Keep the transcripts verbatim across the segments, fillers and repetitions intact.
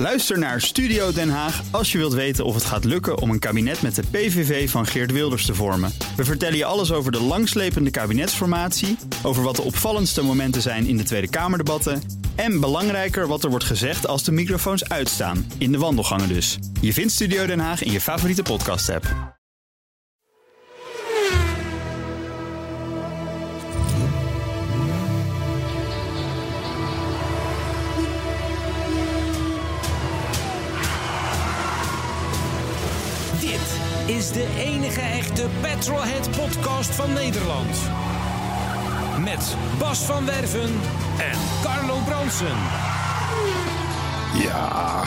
Luister naar Studio Den Haag als je wilt weten of het gaat lukken om een kabinet met de P V V van Geert Wilders te vormen. We vertellen je alles over de langslepende kabinetsformatie, over wat de opvallendste momenten zijn in de Tweede Kamerdebatten en belangrijker wat er wordt gezegd als de microfoons uitstaan, in de wandelgangen dus. Je vindt Studio Den Haag in je favoriete podcast-app. Is de enige echte Petrolhead-podcast van Nederland. Met Bas van Werven en Carlo Bronsen. Ja,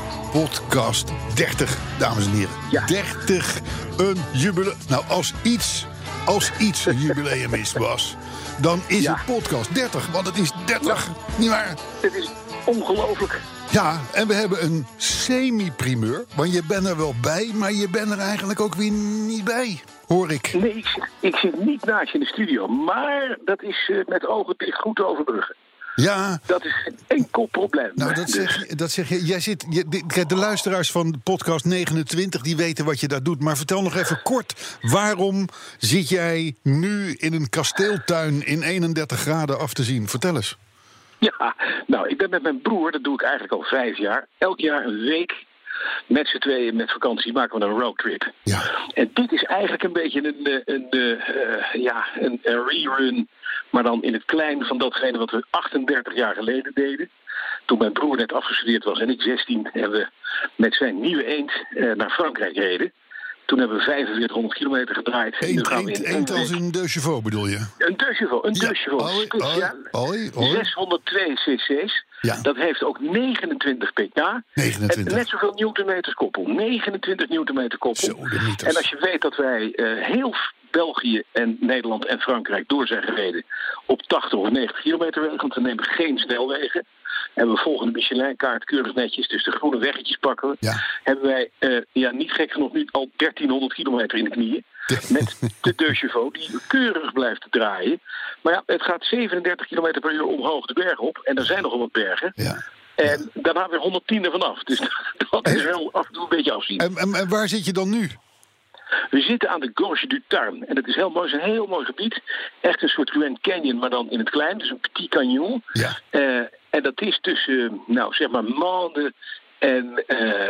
podcast dertig, dames en heren. Ja. dertig, een jubileum. Nou, als iets, als iets een jubileum is, Bas, dan is Ja. het podcast dertig. Want het is dertig, niet waar? Het is ongelooflijk. Ja, en we hebben een semi-primeur. Want je bent er wel bij, maar je bent er eigenlijk ook weer niet bij, hoor ik. Nee, ik zit, ik zit niet naast je in de studio. Maar dat is uh, met ogen dicht goed te overbruggen. Ja. Dat is geen enkel probleem. Nou, dat zeg je. Dat zeg je. Jij zit, je, de, de luisteraars van podcast negenentwintig die weten wat je daar doet. Maar vertel nog even kort. Waarom zit jij nu in een kasteeltuin in eenendertig graden af te zien? Vertel eens. Ja, nou, ik ben met mijn broer, dat doe ik eigenlijk al vijf jaar. Elk jaar een week met z'n tweeën met vakantie maken we een roadtrip. Ja. En dit is eigenlijk een beetje een, een, een, uh, ja, een, een rerun, maar dan in het klein van datgene wat we achtendertig jaar geleden deden. Toen mijn broer net afgestudeerd was en ik zestien, en we met zijn nieuwe eend uh, naar Frankrijk reden. Toen hebben we vijfenveertighonderd kilometer gedraaid. Eend, eend, eend als een deux chevaux bedoel je? Een deux chevaux, een Ja. deux chevaux. Oi, Speciaal. oi, oi. zeshonderdtwee cc's. Ja. Dat heeft ook negenentwintig pk. negenentwintig. En net zoveel newtonmeters koppel. negenentwintig newtonmeter koppel. Zo, de mythes. En als je weet dat wij uh, heel België en Nederland en Frankrijk door zijn gereden op tachtig of negentig kilometer weg, want we nemen geen snelwegen. En we volgen de Michelin-kaart keurig netjes, dus de groene weggetjes pakken we. Ja. Hebben wij, uh, ja, niet gek genoeg, nu al dertienhonderd kilometer in de knieën. Met de deux chevaux die keurig blijft draaien. Maar ja, het gaat zevenendertig kilometer per uur omhoog de berg op. En er zijn nogal wat bergen. Ja. En daarna weer honderdtien ervan af. Dus dat is wel af en toe een beetje afzien. En, en, en waar zit je dan nu? We zitten aan de Gorge du Tarn. En dat is heel mooi, het is een heel mooi gebied. Echt een soort Grand Canyon, maar dan in het klein. Dus een petit canyon. Ja. Uh, en dat is tussen, nou zeg maar, Mende en, uh,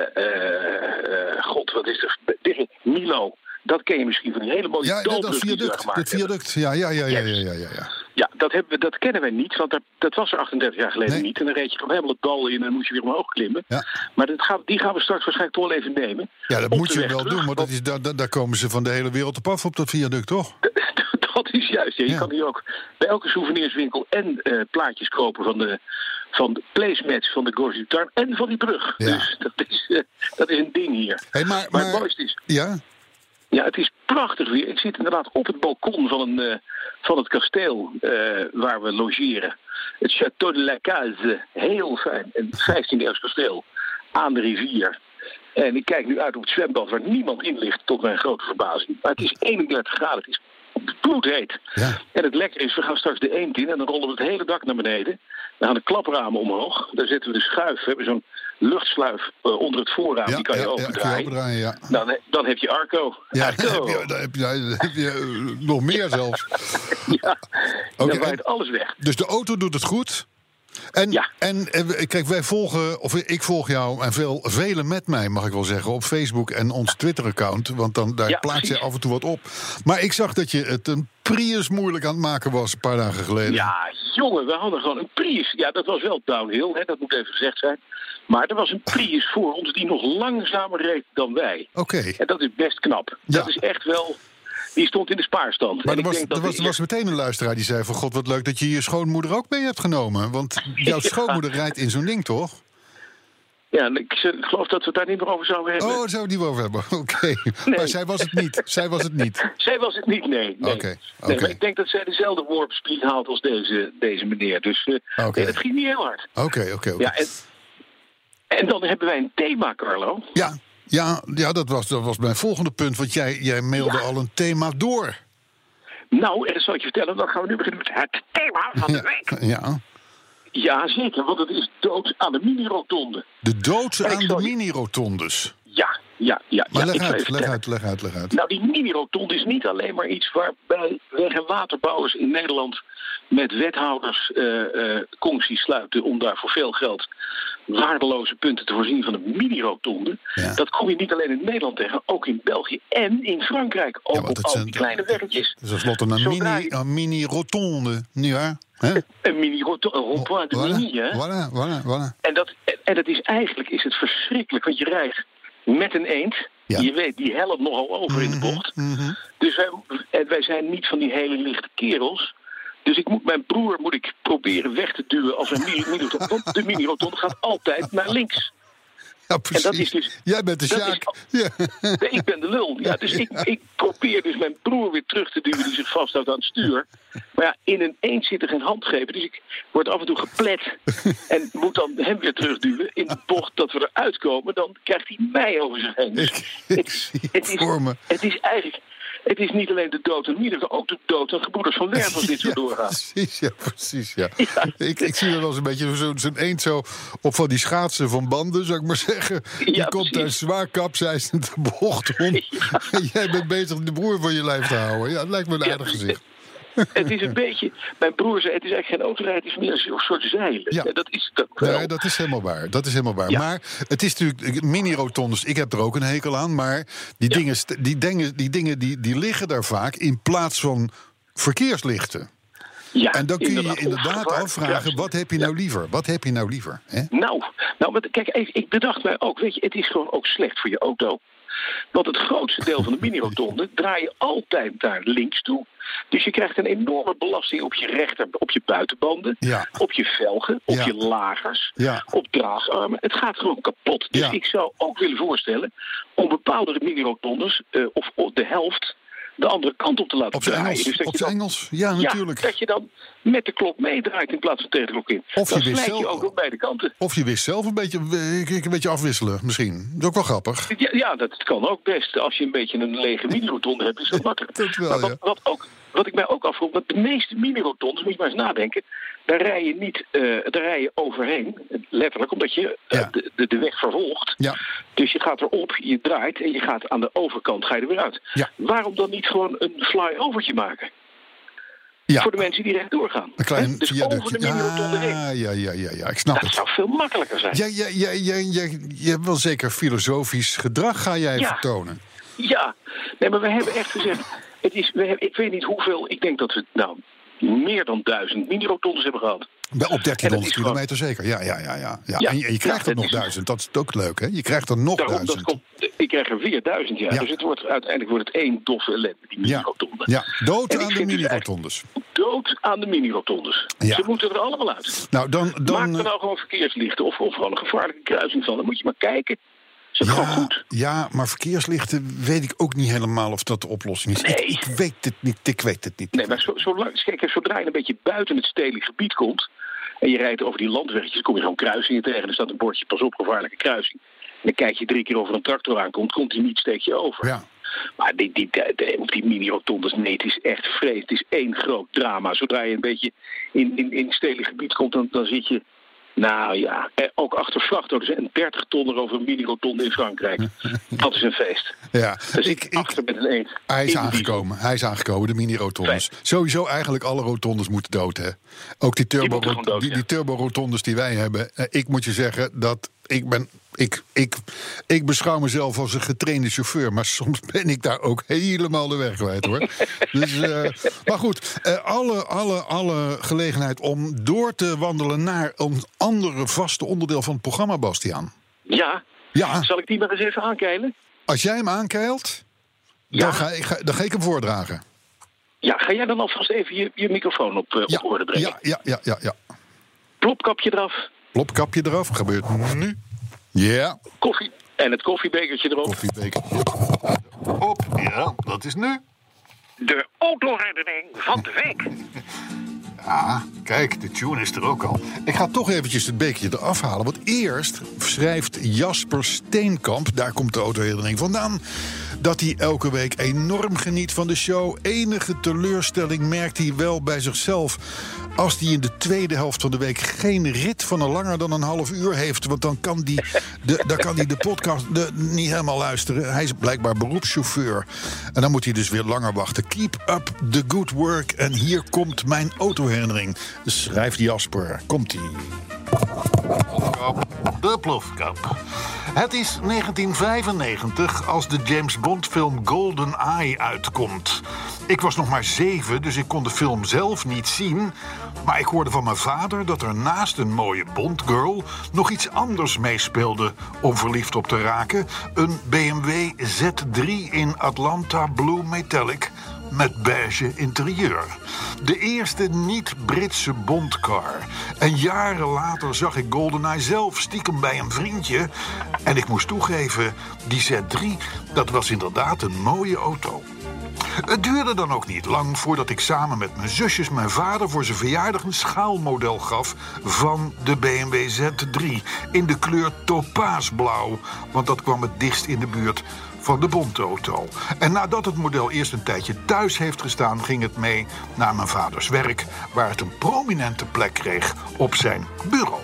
uh, god, wat is er? Tegen Milo. Dat ken je misschien van die hele mooie Ja, dat, dat doodbrug die ze daar viaduct. gemaakt Dat hebben. viaduct. Ja, ja, ja, ja, ja, ja, ja, ja. Ja, dat, hebben we, dat kennen wij niet, want dat, dat was er achtendertig jaar geleden Nee. niet. En dan reed je toch helemaal het dal in en dan moest je weer omhoog klimmen. Ja. Maar dat gaan, die gaan we straks waarschijnlijk toch wel even nemen. Ja, dat Op moet de je weg wel terug, doen, maar dat want- is, daar, daar- daar komen ze van de hele wereld op af op dat viaduct, toch? Dat is juist. Ja. Je Ja. kan hier ook bij elke souvenirswinkel en uh, plaatjes kopen van de, van de placemats van de Gorge du Tarn en van die brug. Ja. Dus dat is, uh, dat is een ding hier. Hey, maar, Maar maar, het mooiste is, ja? ja, het is prachtig weer. Ik zit inderdaad op het balkon van, een, uh, van het kasteel uh, waar we logeren. Het Château de la Case. Heel fijn. Een vijftiende-eeuws kasteel aan de rivier. En ik kijk nu uit op het zwembad waar niemand in ligt, tot mijn grote verbazing. Maar het is eenendertig graden. Het is bloedheet. Ja. En het lekker is, we gaan straks de eend in en dan rollen we het hele dak naar beneden. Dan gaan de klapramen omhoog. Daar zetten we de schuif. We hebben zo'n luchtsluif uh, onder het voorraam. Ja, die kan je ja, ja, overdraaien. kan je overdraaien, ja. Dan, he- dan heb je Arco. Ja, Arco. dan heb je, dan heb je, dan heb je uh, nog meer zelfs. Ja, Oké, dan waait en- alles weg. Dus de auto doet het goed. En, Ja. en eh, kijk, wij volgen, of ik volg jou en veel, velen met mij, mag ik wel zeggen, op Facebook en ons Twitter-account. Want dan, daar Ja, plaats je precies. af en toe wat op. Maar ik zag dat je het een Prius moeilijk aan het maken was een paar dagen geleden. Ja, jongen, we hadden gewoon een Prius. Ja, dat was wel downhill, hè, dat moet even gezegd zijn. Maar er was een Prius voor ons die nog langzamer reed dan wij. Oké. En dat is best knap. Ja. Dat is echt wel... Die stond in de spaarstand. Maar En er ik was, denk dat er, was, de er was meteen een luisteraar die zei van... God, wat leuk dat je je schoonmoeder ook mee hebt genomen. Want jouw Ja. schoonmoeder rijdt in zo'n ding, toch? Ja, ik, ik geloof dat we het daar niet meer over zouden hebben. Oh, daar zouden we het niet over hebben. Oké. Maar zij was het niet. Zij was het niet. Zij was het niet, nee. nee. Oké, Nee, oké. maar ik denk dat zij dezelfde warp speed haalt als deze, deze meneer. Dus uh, Oké. nee, dat ging niet heel hard. Oké, oké, oké. Ja, en, en dan hebben wij een thema, Carlo. Ja, ja, ja dat, was, dat was mijn volgende punt. Want jij, jij mailde Ja. al een thema door. Nou, en dat zal ik je vertellen. Dan gaan we nu beginnen met het thema van de week. Ja, Ja, zeker, want het is dood aan de mini-rotonde. De dood En ik aan de zal je- mini-rotondes. Ja, ja, ja. Maar ja, leg ik zal uit, even leg vertellen. uit, leg uit, leg uit. Nou, die mini-rotonde is niet alleen maar iets waarbij weg- en waterbouwers in Nederland met wethouders uh, uh, concties sluiten om daar voor veel geld waardeloze punten te voorzien van een mini-rotonde. Ja. Dat kom je niet alleen in Nederland tegen, ook in België en in Frankrijk. Ook Ja, want op het al zijn- die kleine weggetjes. Dus tenslotte een Zodra mini, je- een mini-rotonde, nietwaar? Hè? Een mini-rotonde, een rond-point de Voilà, mini, hè? voilà, voilà, voilà. En dat, en dat is eigenlijk is het verschrikkelijk, want je rijdt met een eend. Ja. Je weet, die helpt nogal over in de bocht. Mhm. Dus wij, en wij zijn niet van die hele lichte kerels. Dus ik moet mijn broer moet ik proberen weg te duwen als een mini-rotonde. De mini-rotonde gaat altijd naar links. Ja, precies. dat is dus- Jij bent de dat Sjaak. is- Ja. Nee, ik ben de lul. Ja, dus ik, ik probeer dus mijn broer weer terug te duwen die zich vasthoudt aan het stuur. Maar ja, in een eend zit er geen handgrepen. Dus ik word af en toe geplet. En moet dan hem weer terugduwen. In de bocht dat we eruit komen, dan krijgt hij mij over zich heen. Dus Ik, ik zie het is, voor me. het is eigenlijk... Het is niet alleen de dood aan Mieder, ook de dood aan gebroeders van Werf als dit zo Ja, doorgaat. precies, ja, precies. Ja. Ja. Ik, ik zie er wel eens een beetje zo- zo'n eend zo op van die schaatsen van banden, zou ik maar zeggen. Die Ja, komt daar precies. zwaar kapseisend de bocht om. Ja. En jij bent bezig de broer van je lijf te houden. Ja, het lijkt me een Ja, aardig gezicht. Het is een beetje... Mijn broer zei, het is eigenlijk geen autorijden, het is meer een soort zeilen. Ja. En dat is het ook wel. Nee, dat is helemaal waar. Dat is helemaal waar. Ja. Maar het is natuurlijk mini-rotondes. Ik heb er ook een hekel aan. Maar die Ja. dingen, st- die dingen, die, dingen die, die liggen daar vaak in plaats van verkeerslichten. Ja, En dan kun je je inderdaad, inderdaad ongevaar. afvragen, Ja. wat heb je nou liever? Wat heb je nou liever? Hè? Nou, nou maar kijk, even, ik bedacht mij ook, weet je, het is gewoon ook slecht voor je auto. Want het grootste deel van de mini-rotonde draai je altijd naar links toe. Dus je krijgt een enorme belasting op je rechter, op je buitenbanden, Ja. op je velgen, op Ja. je lagers, Ja. op draagarmen. Het gaat gewoon kapot. Dus Ja. ik zou ook willen voorstellen om bepaalde mini-rotondes, uh, of, of de helft, de andere kant op te laten Op zijn draaien. Engels. Dus dat Op je zijn dan- Engels. Ja, Ja, natuurlijk. dat je dan met de klok meedraait in plaats van tegen de klok in. Of je dan wist slijt je zelf- ook op beide kanten. Of je wist zelf een beetje, een beetje afwisselen, misschien. Dat is ook wel grappig. Ja, ja, dat kan ook best. Als je een beetje een lege mini-rotonde hebt, is dat makkelijk. Dat wel, maar wat, ja. wat, ook, wat ik mij ook afvroeg, want de meeste mini-rotondes, moet je maar eens nadenken, daar rij je niet eh, daar rij je overheen, letterlijk, omdat je eh, Ja. de, de, de weg vervolgt. Ja. Dus je gaat erop, je draait en je gaat aan de overkant ga je er weer uit. Ja. Waarom dan niet gewoon een fly-overtje maken? Ja. Voor de mensen die rechtdoor gaan. Een klein Hè? Dus over viaductje. de mini-rotonde heen. Ja, ja, ja, ja, ja, ik snap Dat het. zou veel makkelijker zijn. Ja, ja, ja, ja, ja, je hebt wel zeker filosofisch gedrag ga jij Ja. vertonen. Ja, nee, maar we hebben echt gezegd, het is, we hebben, ik weet niet hoeveel, ik denk dat we nou meer dan duizend mini-rotondes hebben gehad. Bij- Op dertienhonderd gewoon- kilometer zeker. Ja, ja, ja, ja. ja. Ja, En je, je krijgt ja, er nog het is- duizend. Dat is ook leuk, hè? Je krijgt er nog Daarom, dat duizend. komt, ik krijg er weer duizend, ja. Ja. Dus het wordt, uiteindelijk wordt het één doffe ellende, die Ja, mini-rotonde. ja, dood En ik aan de vind dus mini-rotondes. Dood aan de mini-rotondes. Ja. Ze moeten er allemaal uit. Nou, dan... Maak dan er nou gewoon verkeerslichten of, of gewoon een gevaarlijke kruising van. Dan moet je maar kijken. Is het gewoon ja, goed? ja, maar verkeerslichten weet ik ook niet helemaal of dat de oplossing is. Ik, Nee. ik weet het niet, ik weet het niet. Nee, maar zo, zolang, kijk, zodra je een beetje buiten het stedelijk gebied komt en je rijdt over die landweggetjes, kom je zo'n kruisingen tegen. Er staat een bordje, pas op, gevaarlijke kruising. En dan kijk je drie keer over een tractor aankomt, komt hij niet, steek je over. Ja. Maar die, die, die, op die mini-rotondes, nee, het is echt vrees. Het is één groot drama. Zodra je een beetje in, in, in het stedelijk gebied komt, dan, dan zit je... Nou ja, eh, ook achter vrachtauto's en dertig ton over een mini-rotonde in Frankrijk. Dat is een feest. Ja, Dus ik, ik, achter ik, met een eend. hij is in de aangekomen. Hij is aangekomen, de mini-rotondes. Fijn. Sowieso eigenlijk alle rotondes moeten dood, hè? Ook die, turbo, moeten gewoon dood, die, ja. die turbo-rotondes die wij hebben. Eh, ik moet je zeggen dat ik ben... Ik, ik, ik beschouw mezelf als een getrainde chauffeur, maar soms ben ik daar ook helemaal de weg kwijt, hoor. Dus, eh, maar goed, eh, alle, alle, alle gelegenheid om door te wandelen naar een andere vaste onderdeel van het programma, Bastiaan. Ja, Ja, zal ik die maar eens even aankeilen? als jij hem aankeilt, Ja. dan, ga ik, ga, dan ga ik hem voordragen. Ja, ga jij dan alvast even je, je microfoon op, uh, Ja, op orde brengen? ja, ja, ja, ja, ja. Plopkapje eraf, Plopkapje eraf, gebeurt nu. Ja, koffie en het koffiebekertje erop. koffiebeker. Op, ja, dat is nu. De autoherinnering van de week. Ja, Kijk, de tune is er ook al. Ik ga toch eventjes het bekertje eraf halen. Want eerst schrijft Jasper Steenkamp, daar komt de autoherinnering vandaan, dat hij elke week enorm geniet van de show. Enige teleurstelling merkt hij wel bij zichzelf als hij in de tweede helft van de week geen rit van een langer dan een half uur heeft. Want dan kan hij de, dan kan hij de podcast de, niet helemaal luisteren. Hij is blijkbaar beroepschauffeur. En dan moet hij dus weer langer wachten. Keep up the good work. En hier komt mijn autoherinnering. Schrijft Jasper. Komt-ie. De plofkap. Het is negentien vijfennegentig als de James Bond film Golden Eye uitkomt. Ik was nog maar zeven, dus ik kon de film zelf niet zien. Maar ik hoorde van mijn vader dat er naast een mooie Bondgirl nog iets anders meespeelde om verliefd op te raken. Een B M W Z drie in Atlanta Blue Metallic met beige interieur. De eerste niet-Britse Bondcar. En jaren later zag ik GoldenEye zelf stiekem bij een vriendje. En ik moest toegeven, die Z drie, dat was inderdaad een mooie auto. Het duurde dan ook niet lang voordat ik samen met mijn zusjes mijn vader voor zijn verjaardag een schaalmodel gaf van de B M W Z drie in de kleur topaasblauw, want dat kwam het dichtst in de buurt van de Bondauto. En nadat het model eerst een tijdje thuis heeft gestaan, ging het mee naar mijn vaders werk, waar het een prominente plek kreeg op zijn bureau.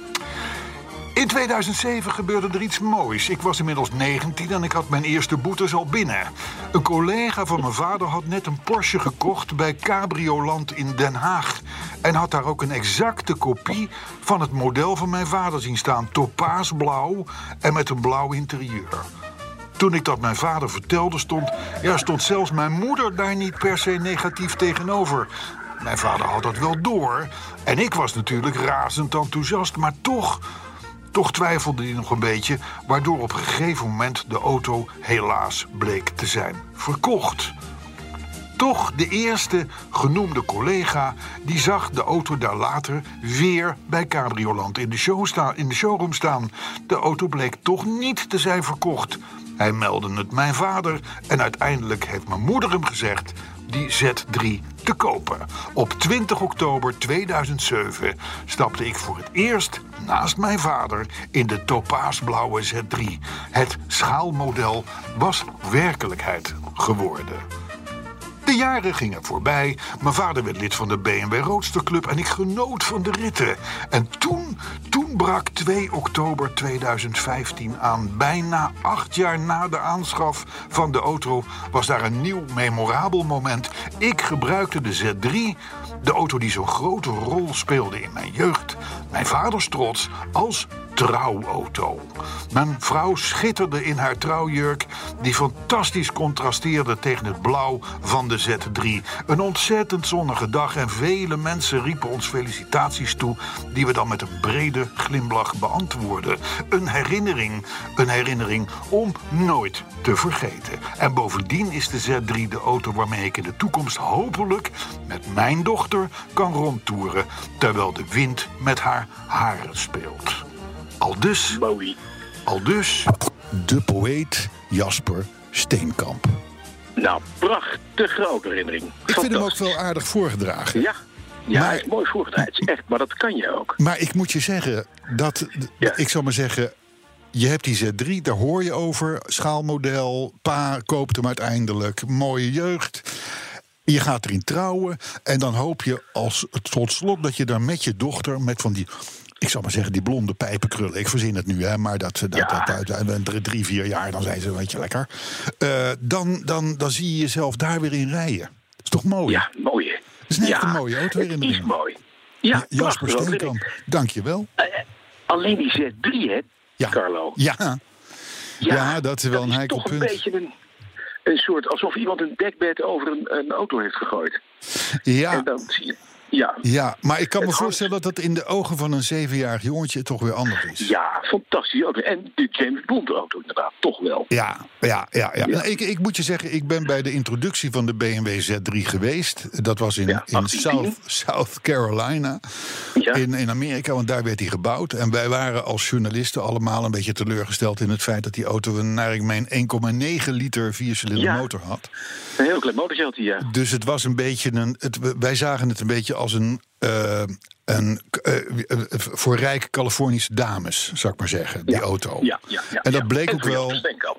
In tweeduizend zeven gebeurde er iets moois. Ik was inmiddels negentien en ik had mijn eerste boetes al binnen. Een collega van mijn vader had net een Porsche gekocht bij Cabrioland in Den Haag. En had daar ook een exacte kopie van het model van mijn vader zien staan. Topaasblauw en met een blauw interieur. Toen ik dat mijn vader vertelde, stond, ja, stond zelfs mijn moeder daar niet per se negatief tegenover. Mijn vader had dat wel door. En ik was natuurlijk razend enthousiast, maar toch... Toch twijfelde hij nog een beetje, waardoor op een gegeven moment de auto helaas bleek te zijn verkocht. Toch de eerste genoemde collega, die zag de auto daar later weer bij Cabrioland in de, show sta- in de showroom staan. De auto bleek toch niet te zijn verkocht. Hij meldde het mijn vader en uiteindelijk heeft mijn moeder hem gezegd die Z drie te kopen. Op twintig oktober tweeduizend zeven stapte ik voor het eerst naast mijn vader in de topaasblauwe Z drie. Het schaalmodel was werkelijkheid geworden. De jaren gingen voorbij. Mijn vader werd lid van de B M W Roadster Club en ik genoot van de ritten. En toen, toen brak twee oktober tweeduizend vijftien aan. Bijna acht jaar na de aanschaf van de auto was daar een nieuw memorabel moment. Ik gebruikte de Z drie, de auto die zo'n grote rol speelde in mijn jeugd, mijn vaders trots, als trouwauto. Mijn vrouw schitterde in haar trouwjurk, die fantastisch contrasteerde tegen het blauw van de Z drie. Een ontzettend zonnige dag en vele mensen riepen ons felicitaties toe, die we dan met een brede glimlach beantwoordden. Een herinnering, een herinnering om nooit te vergeten. En bovendien is de Z drie de auto waarmee ik in de toekomst hopelijk met mijn dochter kan rondtoeren, terwijl de wind met haar haren speelt. Aldus, Mooi. aldus de poëet Jasper Steenkamp. Nou, prachtige grote herinnering. Ik vind hem ook wel aardig voorgedragen. Ja, ja Maar- hij is mooi voorgedragen. Het is echt, maar dat kan je ook. Maar ik moet je zeggen, dat, Ja. ik zal maar zeggen, je hebt die Z drie, daar hoor je over. Schaalmodel, pa koopt hem uiteindelijk, mooie jeugd. Je gaat erin trouwen en dan hoop je als tot slot dat je daar met je dochter, met van die, ik zal maar zeggen, die blonde pijpenkrullen. Ik verzin het nu, hè, maar dat, dat, Ja. dat, dat, dat, drie, drie, vier jaar, dan zijn ze een beetje lekker. Uh, dan, dan, dan zie je jezelf daar weer in rijden. Dat is toch mooi? Ja, mooi. Dat is net ja, een mooie auto weer in de Het is ring. mooi. Ja, Jasper prachtig. Steenkamp, dank je wel. Uh, alleen die Z drie, hè, Ja. Carlo? Ja. Ja, dat is wel een heikel toch punt. een beetje een, een soort, alsof iemand een dekbed over een, een auto heeft gegooid. Ja. En dan zie je, ja. Ja, maar ik kan me Het voorstellen dat dat in de ogen van een zevenjarig jongetje toch weer anders is. Ja, fantastisch auto. En de James Bond auto inderdaad, toch wel. Ja, ja, ja. ja. Ja. Nou, ik, ik moet je zeggen, ik ben bij de introductie van de B M W Z drie geweest. Dat was in, Ja, in achttien South, South Carolina, Ja. in, in Amerika, want daar werd hij gebouwd. En wij waren als journalisten allemaal een beetje teleurgesteld in het feit dat die auto een, naar ik meen, één komma negen liter viercilinder Ja. motor had. Een heel klein motortje had hij, ja. Dus het was een beetje een. Het, wij zagen het een beetje als een, uh, een uh, voor rijke Californische dames, zou ik maar zeggen, die ja. auto. Ja, ja, ja, en dat ja. bleek en ook wel.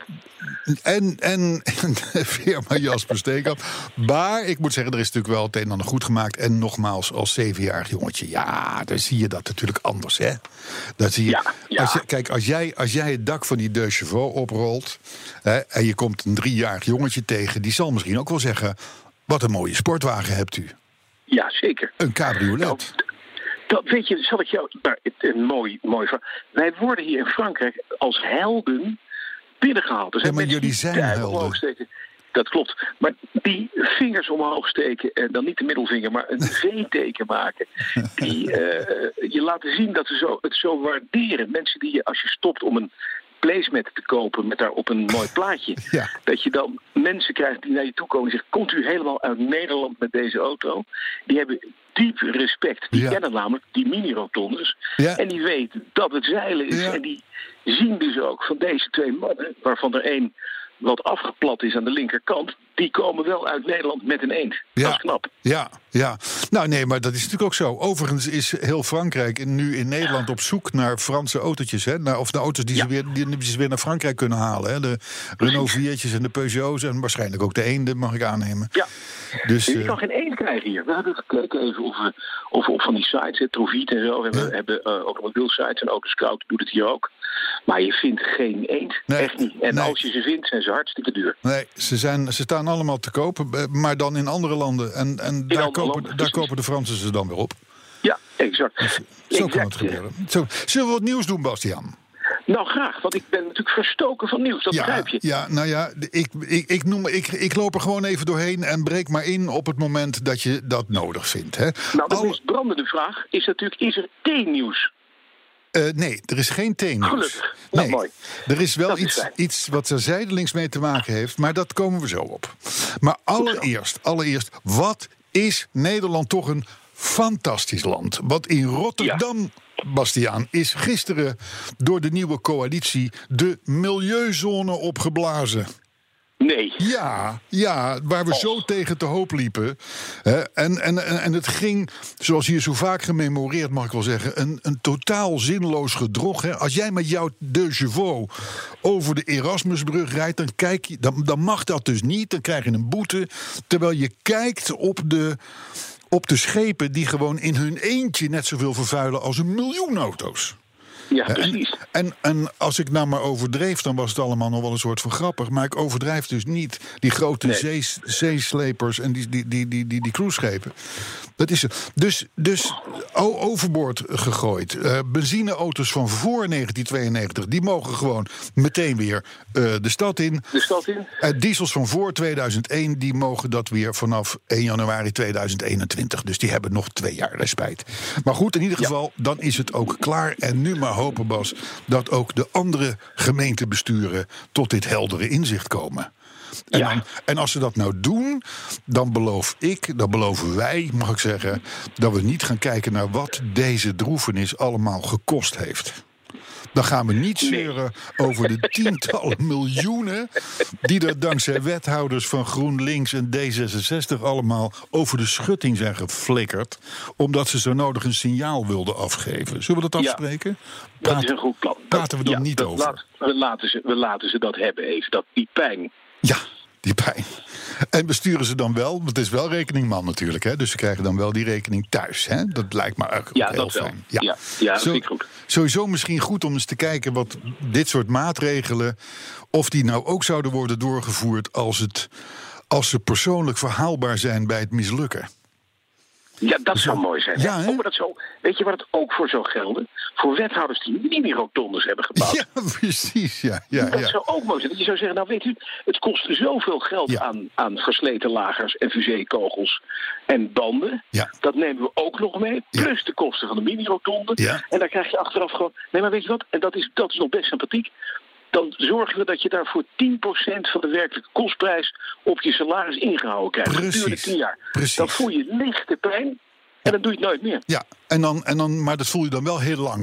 En, en, en firma Jasper Steenkamp. Maar ik moet zeggen, er is natuurlijk wel het een en ander goed gemaakt. En nogmaals, als zevenjarig jongetje, ja, dan zie je dat natuurlijk anders, hè? Dat zie je. Ja, ja. Als je kijk, als jij, als jij het dak van die Deux Chevaux oprolt, hè, en je komt een driejarig jongetje tegen, die zal misschien ook wel zeggen: wat een mooie sportwagen hebt u. Ja, zeker. Een cabriolet. Nou, dat weet je, zal ik jou. Nou, een mooi, mooi verhaal. Wij worden hier in Frankrijk als helden binnengehaald. Er zijn ja, maar jullie zijn helden. Dat klopt. Maar die vingers omhoog steken en dan niet de middelvinger, maar een V-teken maken. Die uh, je laten zien dat ze zo, het zo waarderen. Mensen die je, als je stopt om een placemat te kopen met daarop een mooi plaatje. Ja. Dat je dan mensen krijgt die naar je toe komen en zeggen: komt u helemaal uit Nederland met deze auto? Die hebben diep respect. Die ja. kennen namelijk die mini-rotondes. Ja. En die weten dat het zeilen is. Ja. En die zien dus ook van deze twee mannen, waarvan er één wat afgeplat is aan de linkerkant, die komen wel uit Nederland met een eend. Ja. Dat is knap. Ja, ja. Nou nee, maar dat is natuurlijk ook zo. Overigens is heel Frankrijk nu in Nederland op zoek naar Franse autootjes. Hè? Naar, of de auto's die, ja. ze weer, die ze weer naar Frankrijk kunnen halen. Hè? De Renault viertjes en de Peugeots en waarschijnlijk ook de eenden, mag ik aannemen. Ja, dus, je kan uh, geen eend krijgen hier. We hebben gekeken even of we of op van die sites, Troviet en zo, hebben, ja. hebben uh, automobielsites en Autoscout doet het hier ook. Maar je vindt geen eend. Nee, echt niet. En nee. als je ze vindt, zijn ze hartstikke duur. Nee, ze, zijn, ze staan allemaal te kopen, maar dan in andere landen. En, en daar, kopen, landen, daar kopen de Fransen ze dan weer op. Ja, exact. Dus, zo exact. kan het gebeuren. Zo, zullen we wat nieuws doen, Bastiaan? Nou, graag, want ik ben natuurlijk verstoken van nieuws, dat ja, begrijp je. Ja, nou ja, ik, ik, ik, noem, ik, ik loop er gewoon even doorheen en breek maar in op het moment dat je dat nodig vindt. Hè. Nou, de Al... meest brandende vraag is natuurlijk, is er T-nieuws? Uh, nee, er is geen T-nieuws. Gelukkig, nee, nou, mooi. Er is wel dat iets, is iets wat er zijdelings mee te maken heeft, maar dat komen we zo op. Maar allereerst, allereerst, wat is Nederland toch een fantastisch land? Wat in Rotterdam... Ja. Bastiaan, is gisteren door de nieuwe coalitie de milieuzone opgeblazen. Nee. Ja, ja, waar we oh. zo tegen te hoop liepen. Hè, en, en, en het ging, zoals hier zo vaak gememoreerd, mag ik wel zeggen, een, een totaal zinloos gedrog. Hè. Als jij met jouw Deux Chevaux over de Erasmusbrug rijdt, dan, kijk je, dan, dan mag dat dus niet. Dan krijg je een boete. Terwijl je kijkt op de... op de schepen die gewoon in hun eentje net zoveel vervuilen als een miljoen auto's. Ja, precies. En, en, en als ik nou maar overdreef, dan was het allemaal nog wel een soort van grappig. Maar ik overdrijf dus niet die grote nee. zee, zeeslepers en die, die, die, die, die, die cruiseschepen. Dat is het. Dus, dus overboord gegooid. Uh, benzineauto's van voor negentien tweeënnegentig, die mogen gewoon meteen weer uh, de stad in. De stad in. Uh, diesels van voor tweeduizend één, die mogen dat weer vanaf één januari tweeduizend eenentwintig. Dus die hebben nog twee jaar respijt. Maar goed, in ieder geval, ja. dan is het ook klaar. En nu maar hopen, Bas, dat ook de andere gemeentebesturen tot dit heldere inzicht komen. En, ja. dan, en als ze dat nou doen, dan beloof ik, dan beloven wij, mag ik zeggen, dat we niet gaan kijken naar wat deze droefenis allemaal gekost heeft. Dan gaan we niet zeuren nee. over de tientallen miljoenen die er dankzij wethouders van GroenLinks en D zesenzestig allemaal over de schutting zijn geflikkerd, omdat ze zo nodig een signaal wilden afgeven. Zullen we dat afspreken? Ja, Praat, dat is een goed plan. Praten we dan ja, niet over? Laat, we, laten ze, we laten ze dat hebben even, dat, die pijn. Ja, die pijn. En besturen ze dan wel, want het is wel rekeningman natuurlijk, hè? Dus ze krijgen dan wel die rekening thuis. Hè? Dat lijkt me ook ja, heel dat fijn. Ja, ja, ja dat Zo, vind ik goed. Sowieso misschien goed om eens te kijken wat dit soort maatregelen, of die nou ook zouden worden doorgevoerd als, het, als ze persoonlijk verhaalbaar zijn bij het mislukken. Ja, dat zou mooi zijn. Ja, oh, maar dat zou, weet je waar het ook voor zou gelden? Voor wethouders die mini-rotondes hebben gebouwd. Ja, precies. Ja, ja, dat ja. zou ook mooi zijn. Dat je zou zeggen, nou weet u, het kost zoveel geld ja. aan, aan versleten lagers en fusée-kogels en banden. Ja. Dat nemen we ook nog mee. Plus ja. de kosten van de mini-rotonde. Ja. En dan krijg je achteraf gewoon... Nee, maar weet je wat? En dat is, dat is nog best sympathiek. Dan zorgen we dat je daarvoor tien procent van de werkelijke kostprijs op je salaris ingehouden krijgt. Gedurende tien jaar. Precies. Dan voel je lichte pijn en dan doe je het nooit meer. Ja, en dan, en dan, maar dat voel je dan wel heel lang.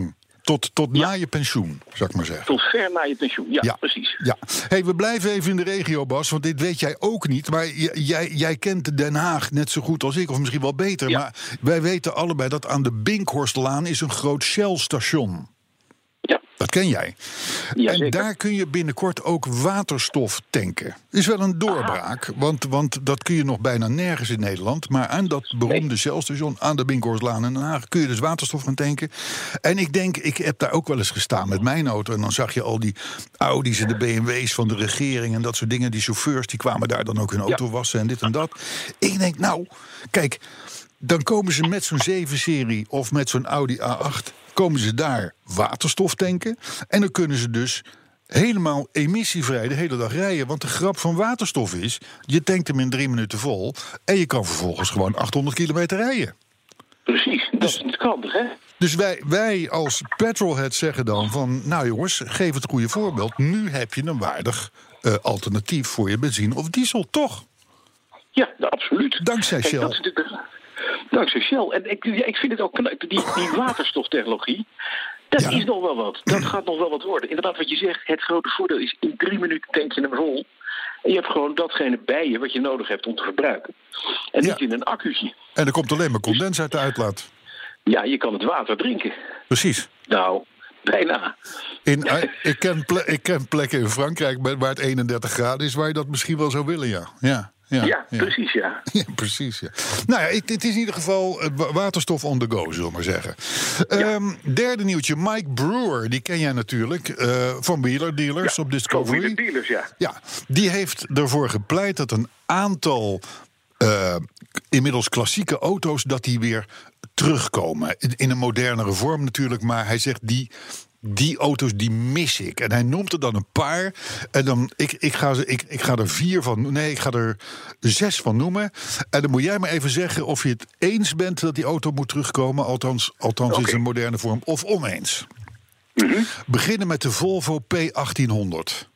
tot, tot Ja. na je pensioen, zou ik maar zeggen. Tot ver na je pensioen, ja, Ja. precies. Ja, hey, we blijven even in de regio, Bas, want dit weet jij ook niet. Maar j- jij, jij kent Den Haag net zo goed als ik, of misschien wel beter. Ja. Maar wij weten allebei dat aan de Binkhorstlaan is een groot Shell-station. Ja, Dat ken jij. Ja, en zeker. daar kun je binnenkort ook waterstof tanken. Is wel een doorbraak, want, want dat kun je nog bijna nergens in Nederland. Maar aan dat beroemde Nee. Shell-station aan de Binkhorstlaan in Den Haag kun je dus waterstof gaan tanken. En ik denk, ik heb daar ook wel eens gestaan met mijn auto. En dan zag je al die Audi's en de B M W's van de regering en dat soort dingen. Die chauffeurs die kwamen daar dan ook hun auto Ja. wassen en dit en dat. Ik denk, nou, kijk, dan komen ze met zo'n zeven-serie of met zo'n Audi A acht... komen ze daar waterstof tanken. En dan kunnen ze dus helemaal emissievrij de hele dag rijden. Want de grap van waterstof is, je tankt hem in drie minuten vol... en je kan vervolgens gewoon achthonderd kilometer rijden. precies. Dat is niet handig, hè? Dus wij, wij als petrolheads zeggen dan van... nou jongens, geef het goede voorbeeld. Nu heb je een waardig uh, alternatief voor je benzine of diesel, toch? Ja, nou, absoluut. Dankzij Kijk, Shell. dat is natuurlijk- Dankzij Shell. En ik, ja, ik vind het ook knap, die, die waterstoftechnologie, dat Ja. is nog wel wat. Dat gaat nog wel wat worden. Inderdaad, wat je zegt, het grote voordeel is, in drie minuten tank je hem vol. En je hebt gewoon datgene bij je wat je nodig hebt om te verbruiken. En Ja. niet in een accu'tje. En er komt alleen maar condens uit de uitlaat. Ja, je kan het water drinken. Precies. Nou, bijna. In, eh, ik, ken ple- ik ken plekken in Frankrijk met- waar het eenendertig graden is... waar je dat misschien wel zou willen, ja. Ja, ja, Ja, precies, ja. Ja, precies, ja. Nou ja, het, het is in ieder geval eh, wa- waterstof on the go, zullen we maar zeggen. Ehm, derde nieuwtje, Mike Brewer, die ken jij natuurlijk... eh, van Wheeler Dealers Ja, op Discovery. Van Wheeler Dealers, ja. Ja, die heeft ervoor gepleit dat een aantal uh, inmiddels klassieke auto's... dat die weer terugkomen. In, in een modernere vorm natuurlijk, maar hij zegt... die Die auto's die mis ik. En hij noemt er dan een paar. En dan, ik, ik, ga, ze, ik, ik ga er vier van. Nee, ik ga er zes van noemen. En dan moet jij me even zeggen of je het eens bent dat die auto moet terugkomen. Althans, althans Okay. in zijn moderne vorm. Of oneens. Mm-hmm. Beginnen met de Volvo P achttienhonderd.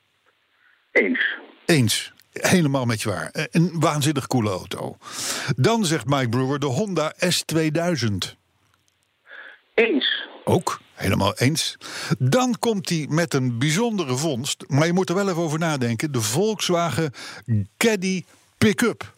Eens. Eens. Helemaal met je waar. Een waanzinnig coole auto. Dan zegt Mike Brewer de Honda S tweeduizend. Eens. Ook, helemaal eens. Dan komt hij met een bijzondere vondst. Maar je moet er wel even over nadenken. De Volkswagen Caddy Pick-up.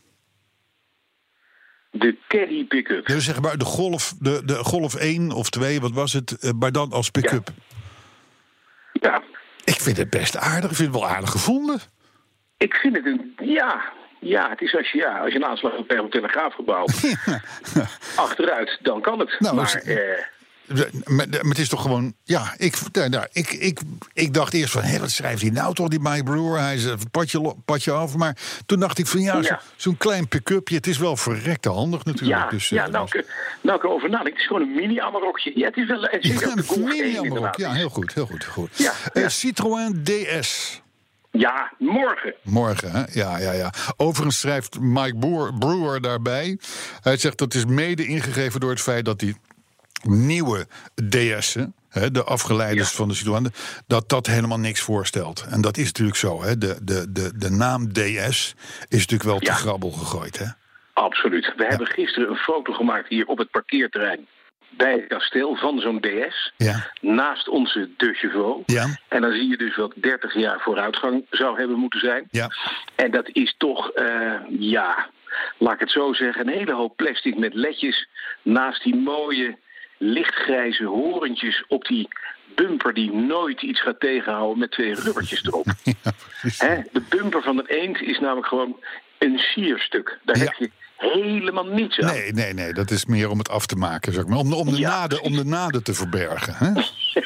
De Caddy pick-up. Dus zeg maar de Golf, de, de Golf één of twee, wat was het? eh, Maar dan als pick-up. Ja. Ik vind het best aardig. Ik vind het wel aardig gevonden. Ik vind het een... Ja, ja het is als je, ja, als je een aanslag op een telegraafgebouw achteruit, dan kan het. Nou, maar... is- eh, Maar, maar het is toch gewoon... Ja, ik, nou, nou, ik, ik, ik dacht eerst van... Hé, wat schrijft hij nou toch, die Mike Brewer? Hij is een padje, lo- padje af. Maar toen dacht ik van ja, Ja. zo, zo'n klein pick-upje... het is wel verrekte handig natuurlijk. ja, dus, ja eh, nou, ik, nou ik erover nadenk. Het is gewoon een mini-amarokje. Ja, het is wel... Het is Ja, ook de Golf mini één, Amarok. inderdaad. Ja, heel goed, heel goed, heel goed. Ja, Eh, ja. Citroën D S. Ja, morgen. Morgen, hè? Ja, ja, ja. Overigens schrijft Mike Brewer, Brewer daarbij. Hij zegt dat is mede ingegeven door het feit dat die nieuwe D S'en, hè, de afgeleiders Ja. van de Citroën, dat dat helemaal niks voorstelt. En dat is natuurlijk zo. Hè? De, de, de, de naam D S is natuurlijk wel te Ja. grabbel gegooid. Hè? Absoluut. We hebben gisteren een foto gemaakt hier op het parkeerterrein bij het kasteel van zo'n D S. Ja. Naast onze De Chevaux. Ja. En dan zie je dus wat dertig jaar vooruitgang zou hebben moeten zijn. Ja. En dat is toch, eh, ja, laat ik het zo zeggen, een hele hoop plastic met ledjes naast die mooie lichtgrijze horentjes op die bumper die nooit iets gaat tegenhouden met twee rubbertjes erop. Hè, de bumper van een eend is namelijk gewoon een sierstuk. Daar Ja. heb je helemaal niets aan. Nee, nee, nee, dat is meer om het af te maken, zeg maar. Om, de- om, de, Ja, naden, om de naden te verbergen. Hè?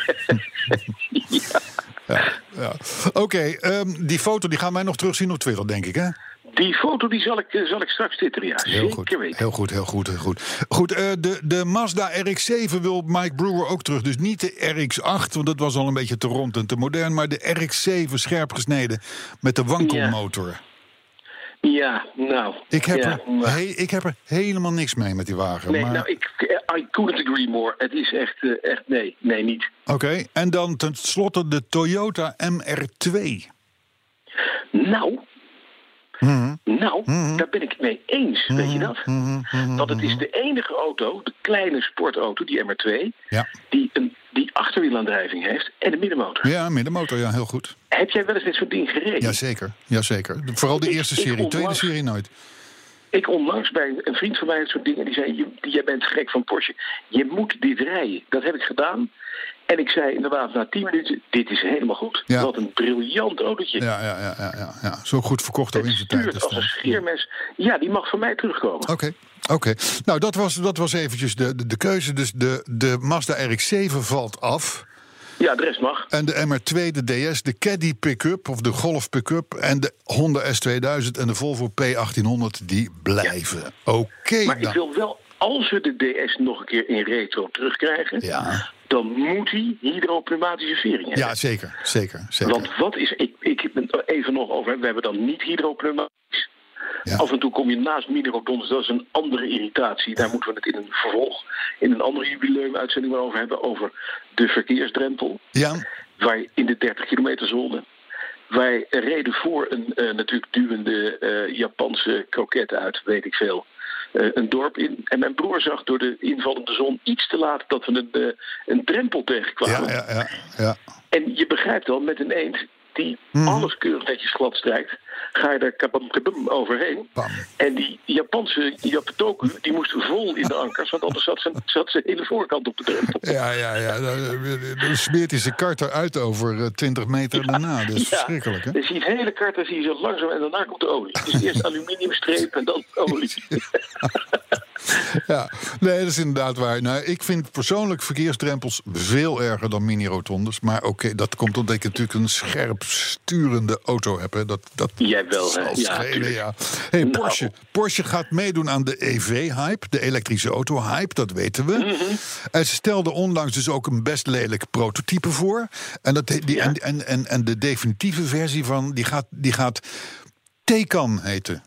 Ja. Ja, ja. Oké, ehm, die foto die gaan wij nog terugzien op Twitter, denk ik, hè? Die foto die zal ik, eh, zal ik straks twitteren, ja. Heel goed, Zeker weten. heel goed, heel goed, heel goed. Goed, eh, de, de Mazda R X zeven wil Mike Brewer ook terug. Dus niet de R X acht, want dat was al een beetje te rond en te modern. Maar de R X zeven scherp gesneden met de wankelmotor. Ja, nou. Ik, heb ja, er, maar- he- ik heb er helemaal niks mee met die wagen. Nee, maar... nou, ik, I couldn't agree more. Het is echt, eh, echt nee, nee, niet. Oké, en dan tenslotte de Toyota M R twee. Nou, Mm-hmm. Nou, Mm-hmm. daar ben ik het mee eens, weet je dat? Mm-hmm. Want het is de enige auto, de kleine sportauto, die M R twee... Ja. die een die achterwielaandrijving heeft en een middenmotor. Ja, middenmotor, ja, heel goed. Heb jij wel eens met zo'n ding gereden? Jazeker, jazeker. Vooral de Ik- eerste ik serie, tweede onlangs- serie nooit. Ik onlangs bij een vriend van mij het soort dingen, die zei, je, jij bent gek van Porsche. Je moet dit rijden. Dat heb ik gedaan. En ik zei inderdaad na tien minuten, dit is helemaal goed. Ja. Wat een briljant autootje. Ja, ja, ja, ja, ja, ja. Zo goed verkocht al in Het zijn tijd. stuurt als een destijds. scheermes. Ja, die mag van mij terugkomen. Oké, oké. Nou, dat was, dat was eventjes de, de, de keuze. Dus de, de Mazda R X zeven valt af. Ja, de rest mag. En de M R twee, de D S, de Caddy pick-up of de Golf pick-up... en de Honda S tweeduizend en de Volvo P achttienhonderd, die blijven. Oké, Maar ik dan. wil wel, als we de D S nog een keer in retro terugkrijgen... Ja. dan moet hij hydropneumatische vering hebben. Ja, zeker, zeker, zeker. Want wat is... Ik, ik heb het even nog over... We hebben dan niet hydropneumatisch. Ja. Af en toe kom je naast mini-rotondes. Dat is een andere irritatie. Daar moeten we het in een vervolg... in een andere jubileumuitzending maar over hebben. Over de verkeersdrempel. Ja, Waar in de dertig kilometer zone... Wij reden voor een uh, natuurlijk duwende uh, Japanse kroket uit, weet ik veel. Uh, een dorp in. En mijn broer zag door de invallende zon iets te laat dat we een, uh, een drempel tegenkwamen. ja, ja, ja, ja. En je begrijpt wel, met een eend die Mhm. alles keurig netjes glad strijkt, ga je daar kabam kabam overheen. Bam. En die Japanse Japetoku, die moest vol in de ankers, want anders zat ze, zat ze hele voorkant op de drempel. Ja, ja, ja. Dan, dan smeert hij zijn kart eruit over uh, twintig meter daarna. Dat is verschrikkelijk, hè? Dus die hele kart, dan zie je zo langzaam en daarna komt de olie. Dus eerst aluminiumstreep en dan olie. Ja, nee, dat is inderdaad waar. Nou, ik vind persoonlijk verkeersdrempels veel erger dan mini-rotondes. Maar oké, okay, dat komt omdat ik natuurlijk een scherp sturende auto heb. Hè. Dat, dat Jij wel, hè? zal Ja, schelen, tuurlijk. ja. Hey, Nou. Porsche. Porsche gaat meedoen aan de E V-hype, de elektrische auto-hype, dat weten we. Mm-hmm. En ze stelden onlangs dus ook een best lelijk prototype voor. En, dat, die, Ja. en, en, en, en de definitieve versie van, die gaat, die gaat Taycan heten.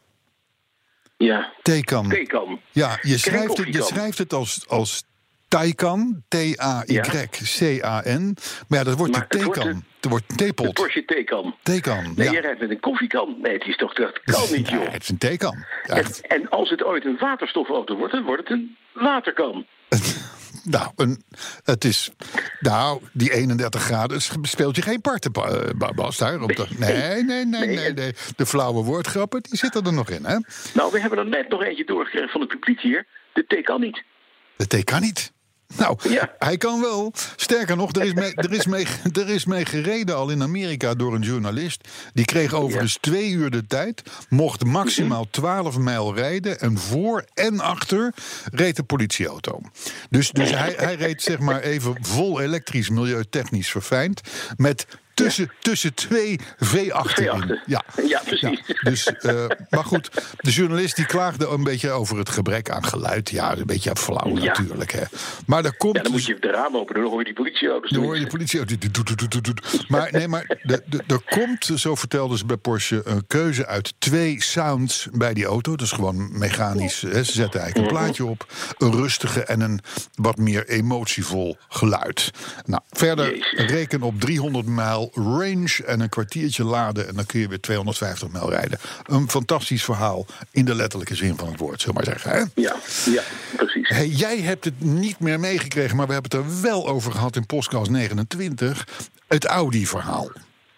Ja, Taycan. Taycan. Ja, je schrijft het, je koffiekan. schrijft het als, als Taycan, T A Y C A N. Maar ja, dat wordt Maar de het wordt Taycan. de- Het wordt een De theepot. Porsche Taycan. Taycan, Nee, ja. je rijdt met een koffiekan. Nee, het is toch, dat kan niet, Nee, joh. het is een Taycan. En, Echt. en als het ooit een waterstofauto wordt, dan wordt het een waterkan. Nou, een, het is. Nou, die eenendertig graden speelt je geen parten, uh, Bas. Daar, op de, nee, nee, nee, nee, Nee. nee. De flauwe woordgrappen, die zitten er nog in, hè? Nou, we hebben er net nog eentje doorgekregen van het publiek hier. De Taycan niet. De Taycan niet. Nou, Ja. hij kan wel. Sterker nog, er is, mee, er, is mee, er is mee gereden al in Amerika door een journalist. Die kreeg overigens twee uur de tijd. Mocht maximaal twaalf mijl rijden. En voor en achter reed de politieauto. Dus, dus hij, hij reed zeg maar even vol elektrisch, milieutechnisch verfijnd. Met tussen, tussen twee V achten in. achten. Ja. Ja, precies. Ja, dus, uh, maar goed, de journalist die klaagde een beetje over het gebrek aan geluid. Ja, een beetje flauw Ja. natuurlijk. Hè. Maar er komt Ja, dan moet dus- je de raam openen, dan hoor je die politieauto's. dan hoor je de politie. doet, doet, doet, doet, doet. Maar nee, maar de, de, er komt, zo vertelden ze bij Porsche, een keuze uit twee sounds bij die auto. Dat is gewoon mechanisch. Hè. Ze zetten eigenlijk een plaatje op. Een rustige en een wat meer emotievol geluid. Nou, verder Jezus. reken op driehonderd mijl range en een kwartiertje laden. En dan kun je weer tweehonderdvijftig mijl rijden. Een fantastisch verhaal in de letterlijke zin van het woord, zullen we maar zeggen. Hè? Ja, ja, precies. Hey, jij hebt het niet meer meegekregen, maar we hebben het er wel over gehad in podcast negenentwintig. Het Audi-verhaal.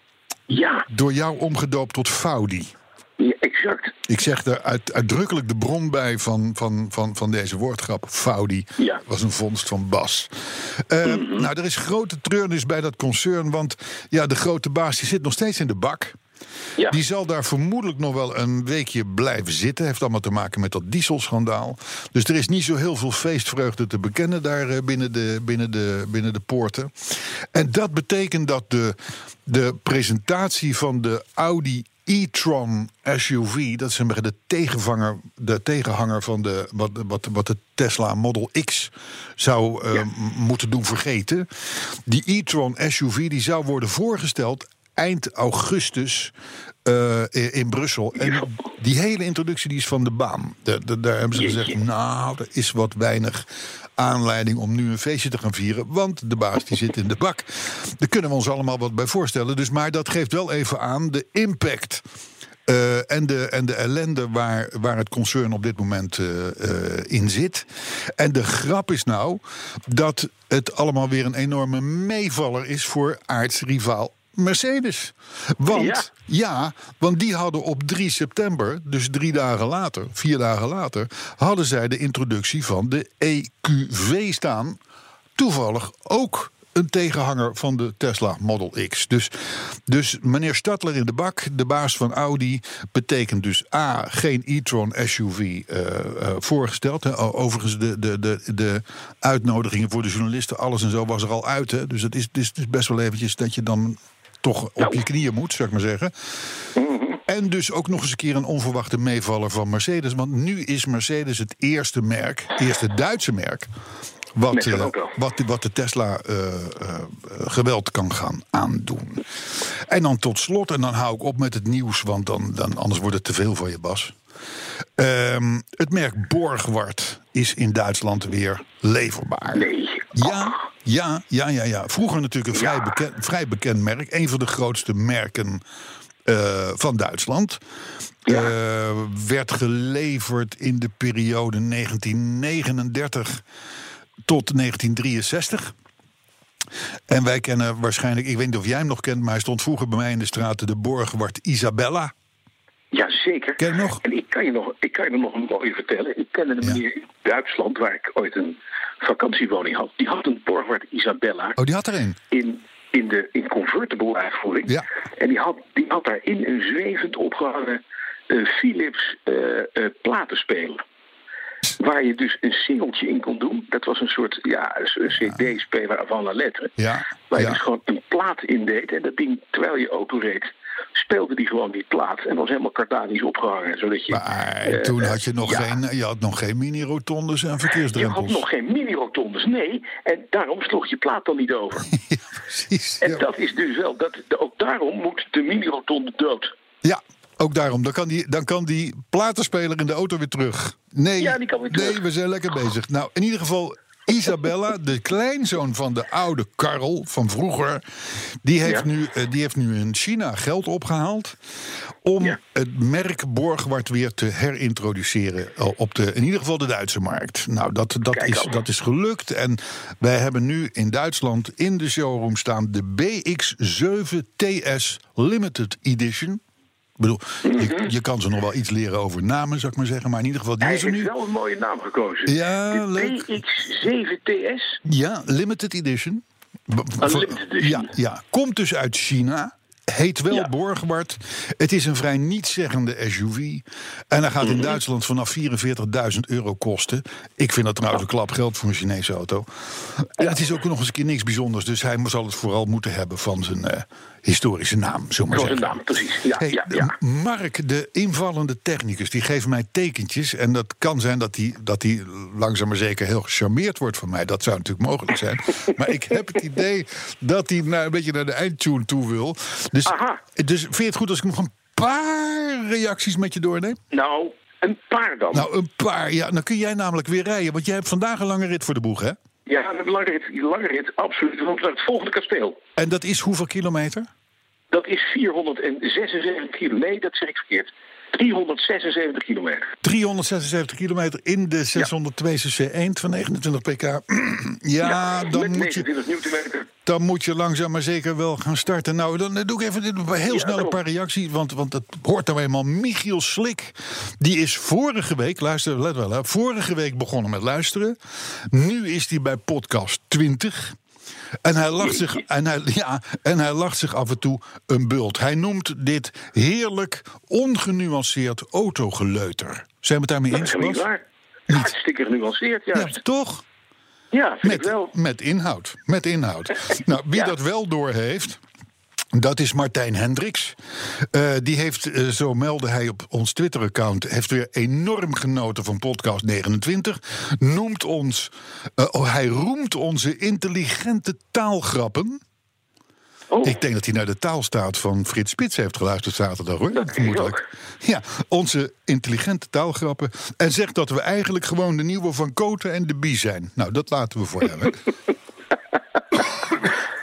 Ja, Door jou omgedoopt tot Faudi. ja, exact. Ik zeg er uit, uitdrukkelijk de bron bij van, van, van, van deze woordgrap. Faudi Ja. was een vondst van Bas. Uh, Mhm. Nou, er is grote treurnis bij dat concern. Want ja, de grote baas die zit nog steeds in de bak. Ja. Die zal daar vermoedelijk nog wel een weekje blijven zitten. Heeft allemaal te maken met dat dieselschandaal. Dus er is niet zo heel veel feestvreugde te bekennen daar uh, binnen, de, binnen, de, binnen de poorten. En dat betekent dat de, de presentatie van de Audi e-tron S U V, dat is een beetje de tegenvanger, de tegenhanger van de, wat, wat, wat de Tesla Model X zou uh, Ja. m- moeten doen vergeten. Die e-tron S U V die zou worden voorgesteld eind augustus uh, in, in Brussel. En die hele introductie die is van de baan. De, de, daar hebben ze gezegd, Jeetje. nou, er is wat weinig aanleiding om nu een feestje te gaan vieren, want de baas die zit in de bak. Daar kunnen we ons allemaal wat bij voorstellen. Dus, maar dat geeft wel even aan de impact Uh, en, de, en de ellende waar, waar het concern op dit moment uh, uh, in zit. En de grap is nou dat het allemaal weer een enorme meevaller is voor aartsrivaal Mercedes. Want, ja. ja, want die hadden op drie september, dus drie dagen later, vier dagen later, hadden zij de introductie van de E Q V staan. Toevallig ook een tegenhanger van de Tesla Model X. Dus, dus meneer Stadler in de bak, de baas van Audi, betekent dus A, geen e-tron S U V uh, uh, voorgesteld. Hè. Overigens, de, de, de, de uitnodigingen voor de journalisten, alles en zo was er al uit. Hè. Dus het is, het, is, het is best wel eventjes dat je dan toch op je knieën moet, zou ik maar zeggen. En dus ook nog eens een keer een onverwachte meevaller van Mercedes. Want nu is Mercedes het eerste merk, eerste Duitse merk, Wat, uh, wat, wat de Tesla uh, uh, geweld kan gaan aandoen. En dan tot slot, en dan hou ik op met het nieuws, want dan, dan, anders wordt het te veel van je, Bas. Um, het merk Borgward is in Duitsland weer leverbaar. Nee. Ja, ja, ja, ja, ja. Vroeger natuurlijk een vrij, ja. bekend, vrij bekend merk. Een van de grootste merken uh, van Duitsland. Ja. Uh, werd geleverd in de periode negentien negenendertig tot negentien drieënzestig. En wij kennen waarschijnlijk, ik weet niet of jij hem nog kent, maar hij stond vroeger bij mij in de straten, de Borgward Isabella. Jazeker. Ken je nog? En ik kan je nog, ik kan je nog een mooie vertellen. Ik kende een meneer in Duitsland, waar ik ooit een vakantiewoning had. Die had een Borgward Isabella. Oh, die had er een? In, in de in convertible uitvoering. Ja. En die had, die had daarin een zwevend opgehangen uh, Philips uh, uh, platenspeler. Waar je dus een singeltje in kon doen. Dat was een soort ja, een C D-speler avant la lettre. Ja. Waar je ja. dus gewoon een plaat in deed. En dat ding, terwijl je auto reed, speelde die gewoon die plaat. En was helemaal kardanisch opgehangen. Zodat je, maar uh, toen had je nog, ja. geen, je had nog geen mini-rotondes en verkeersdrempels. Je had nog geen mini-rotondes, nee. En daarom sloeg je plaat dan niet over. Ja, precies. En ja. dat is dus wel, dat, ook daarom moet de mini-rotonde dood. Ja. Ook daarom, dan kan, die, dan kan die platenspeler in de auto weer terug. Nee, ja, die kan weer terug. Nee, we zijn lekker bezig. Nou, in ieder geval, Isabella, de kleinzoon van de oude Karl van vroeger, die heeft, ja. nu, die heeft nu in China geld opgehaald om ja. het merk Borgward weer te herintroduceren op de, in ieder geval de Duitse markt. Nou, dat, dat, is, dat is gelukt. En wij hebben nu in Duitsland in de showroom staan de B X zeven T S Limited Edition. Ik bedoel, je, je kan ze nog wel iets leren over namen, zou ik maar zeggen. Maar in ieder geval, die Hij is er nu. heeft wel een mooie naam gekozen. Ja, de leuk. B X zeven T S. Ja, Limited Edition. Een limited edition. Ja, ja, komt dus uit China. Heet wel ja. Borgward. Het is een vrij nietszeggende S U V. En hij gaat in mm-hmm. Duitsland vanaf vierenveertigduizend euro kosten. Ik vind dat trouwens een klap geld voor een Chinese auto. En het is ook nog eens een keer niks bijzonders. Dus hij zal het vooral moeten hebben van zijn uh, historische naam. Zo maar zijn naam, precies. Ja, hey, ja, ja. Mark, de invallende technicus, die geeft mij tekentjes. En dat kan zijn dat hij dat die langzaam maar zeker heel gecharmeerd wordt van mij. Dat zou natuurlijk mogelijk zijn. Maar ik heb het idee dat hij nou een beetje naar de eindtune toe wil. Dus, dus vind je het goed als ik nog een paar reacties met je doorneem? Nou, een paar dan. Nou, een paar. Ja, dan kun jij namelijk weer rijden. Want jij hebt vandaag een lange rit voor de boeg, hè? Ja, een lange rit, een lange rit absoluut. We moeten naar het volgende kasteel. En dat is hoeveel kilometer? Dat is vierhonderdzesenzeventig kilometer. Nee, dat zeg ik verkeerd. driehonderdzesenzeventig kilometer. driehonderdzesenzeventig kilometer in de zeshonderdtwee cc één van negenentwintig pk. ja, ja, dan, met moet je, dan moet je langzaam maar zeker wel gaan starten. Nou, dan doe ik even heel ja, snel een paar reacties. Want, want dat hoort nou eenmaal. Michiel Slik, die is vorige week, luister, let wel, hè, vorige week begonnen met luisteren. Nu is hij bij podcast twintig. En hij, lacht zich, en, hij, ja, en hij lacht zich af en toe een bult. Hij noemt dit heerlijk, ongenuanceerd autogeleuter. Zijn we het daarmee eens, Bas? Niet waar. Hartstikke genuanceerd, juist. Ja, toch? Ja, vind met, ik wel. Met inhoud. Met inhoud. Nou, wie ja. dat wel doorheeft, dat is Martijn Hendricks. Uh, die heeft, uh, zo meldde hij op ons Twitter-account, heeft weer enorm genoten van podcast negenentwintig. Noemt ons, uh, oh, hij roemt onze intelligente taalgrappen. Oh. Ik denk dat hij naar de taalstaat van Frits Spits heeft geluisterd zaterdag, hoor. Dat vermoedelijk. Ja, onze intelligente taalgrappen. En zegt dat we eigenlijk gewoon de nieuwe Van Koten en de Bie zijn. Nou, dat laten we voor hem, hè.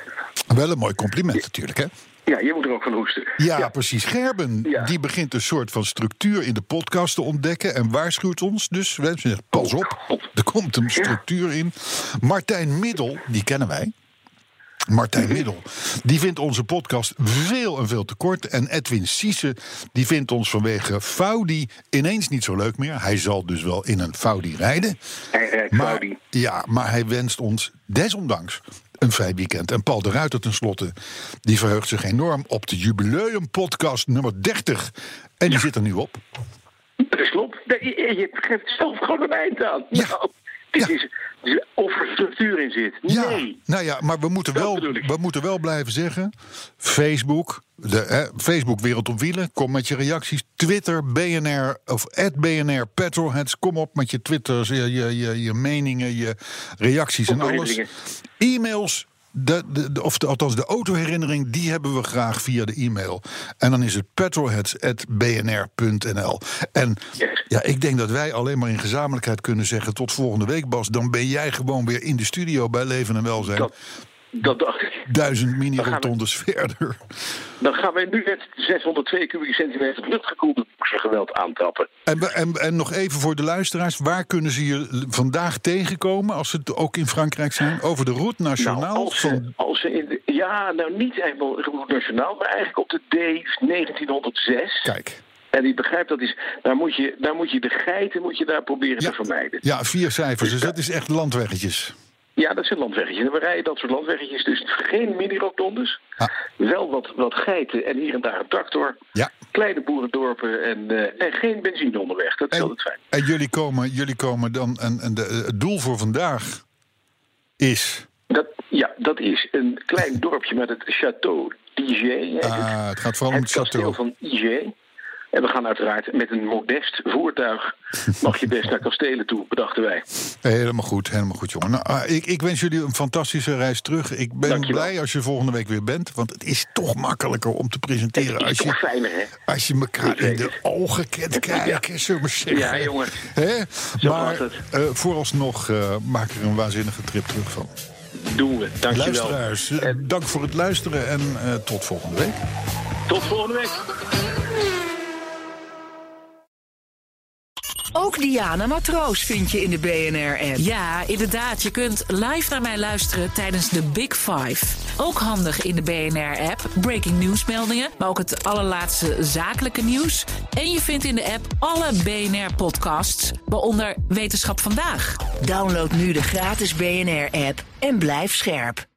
Wel een mooi compliment ja. natuurlijk, hè? Ja, je moet er ook van hoesten. Ja, ja. precies. Gerben, ja. die begint een soort van structuur in de podcast te ontdekken en waarschuwt ons. Dus we zeggen, pas op, er komt een structuur in. Martijn Middel, die kennen wij. Martijn Middel, die vindt onze podcast veel en veel te kort. En Edwin Siese, die vindt ons vanwege Faudi ineens niet zo leuk meer. Hij zal dus wel in een Faudi rijden. Hij rijdt maar, Faudi. Ja, maar hij wenst ons desondanks een fijn weekend. En Paul de Ruiter tenslotte, die verheugt zich enorm op de jubileumpodcast nummer dertig. En die ja. zit er nu op. Dat is klopt. Je geeft zelf gewoon een eind aan. Ja. Nou, dit ja. is... Of er structuur in zit. Ja, nee. Nou ja, maar we moeten, wel, we moeten wel blijven zeggen. Facebook, de, hè, Facebook Wereld op Wielen, kom met je reacties. Twitter, B N R of at B N R Petrolheads, kom op met je twitters, je, je, je, je meningen, je reacties en alles. E-mails. De, de, de, of de, althans, de autoherinnering, die hebben we graag via de e-mail. En dan is het petrolheads at b n r punt n l. En yes. ja, ik denk dat wij alleen maar in gezamenlijkheid kunnen zeggen tot volgende week, Bas. Dan ben jij gewoon weer in de studio bij Leven en Welzijn. Dat, dat dacht ik. Duizend mini-rotondes verder. Dan gaan wij nu net zeshonderdtwee kubieke centimeter luchtgekoelde geweld aantrappen. En, en, en nog even voor de luisteraars, waar kunnen ze je vandaag tegenkomen als ze ook in Frankrijk zijn? Over de Route Nationale? Nou, als ze, van... als ze in de, ja, nou niet eigenlijk Route Nationale, maar eigenlijk op de D negentienhonderdzes. Kijk. En ik begrijp dat is, daar moet je, daar moet je de geiten moet je daar proberen ja. te vermijden. Ja, vier cijfers, dus dat is echt landweggetjes. Ja, dat zijn landweggetjes. En we rijden dat soort landweggetjes, dus geen mini-rotondes. Ah. Wel wat, wat geiten en hier en daar een tractor. Ja. Kleine boerendorpen en, uh, en geen benzine onderweg. Dat is en, altijd fijn. En jullie komen, jullie komen dan, en, en de, het doel voor vandaag is... Dat, ja, dat is een klein dorpje met het Château d'Igé. Ah, het gaat vooral om het, het kasteel van Igé. En we gaan uiteraard met een modest voertuig. Mag je best naar kastelen toe, bedachten wij. Helemaal goed, helemaal goed, jongen. Nou, ik, ik wens jullie een fantastische reis terug. Ik ben Dankjewel. blij als je volgende week weer bent. Want het is toch makkelijker om te presenteren. Het is als toch je, fijner, hè? Als je elkaar in de ogen kent kijken, ja. zullen we zeggen. Ja, jongen. Hè? Zo maar het. Uh, vooralsnog uh, maak er een waanzinnige trip terug van. Doen we, dankjewel. Luisteraars, uh, dank voor het luisteren en uh, tot volgende week. Tot volgende week. Ook Diana Matroos vind je in de B N R-app. Ja, inderdaad. Je kunt live naar mij luisteren tijdens de Big Five. Ook handig in de B N R-app. Breaking nieuwsmeldingen, maar ook het allerlaatste zakelijke nieuws. En je vindt in de app alle B N R-podcasts, waaronder Wetenschap Vandaag. Download nu de gratis B N R-app en blijf scherp.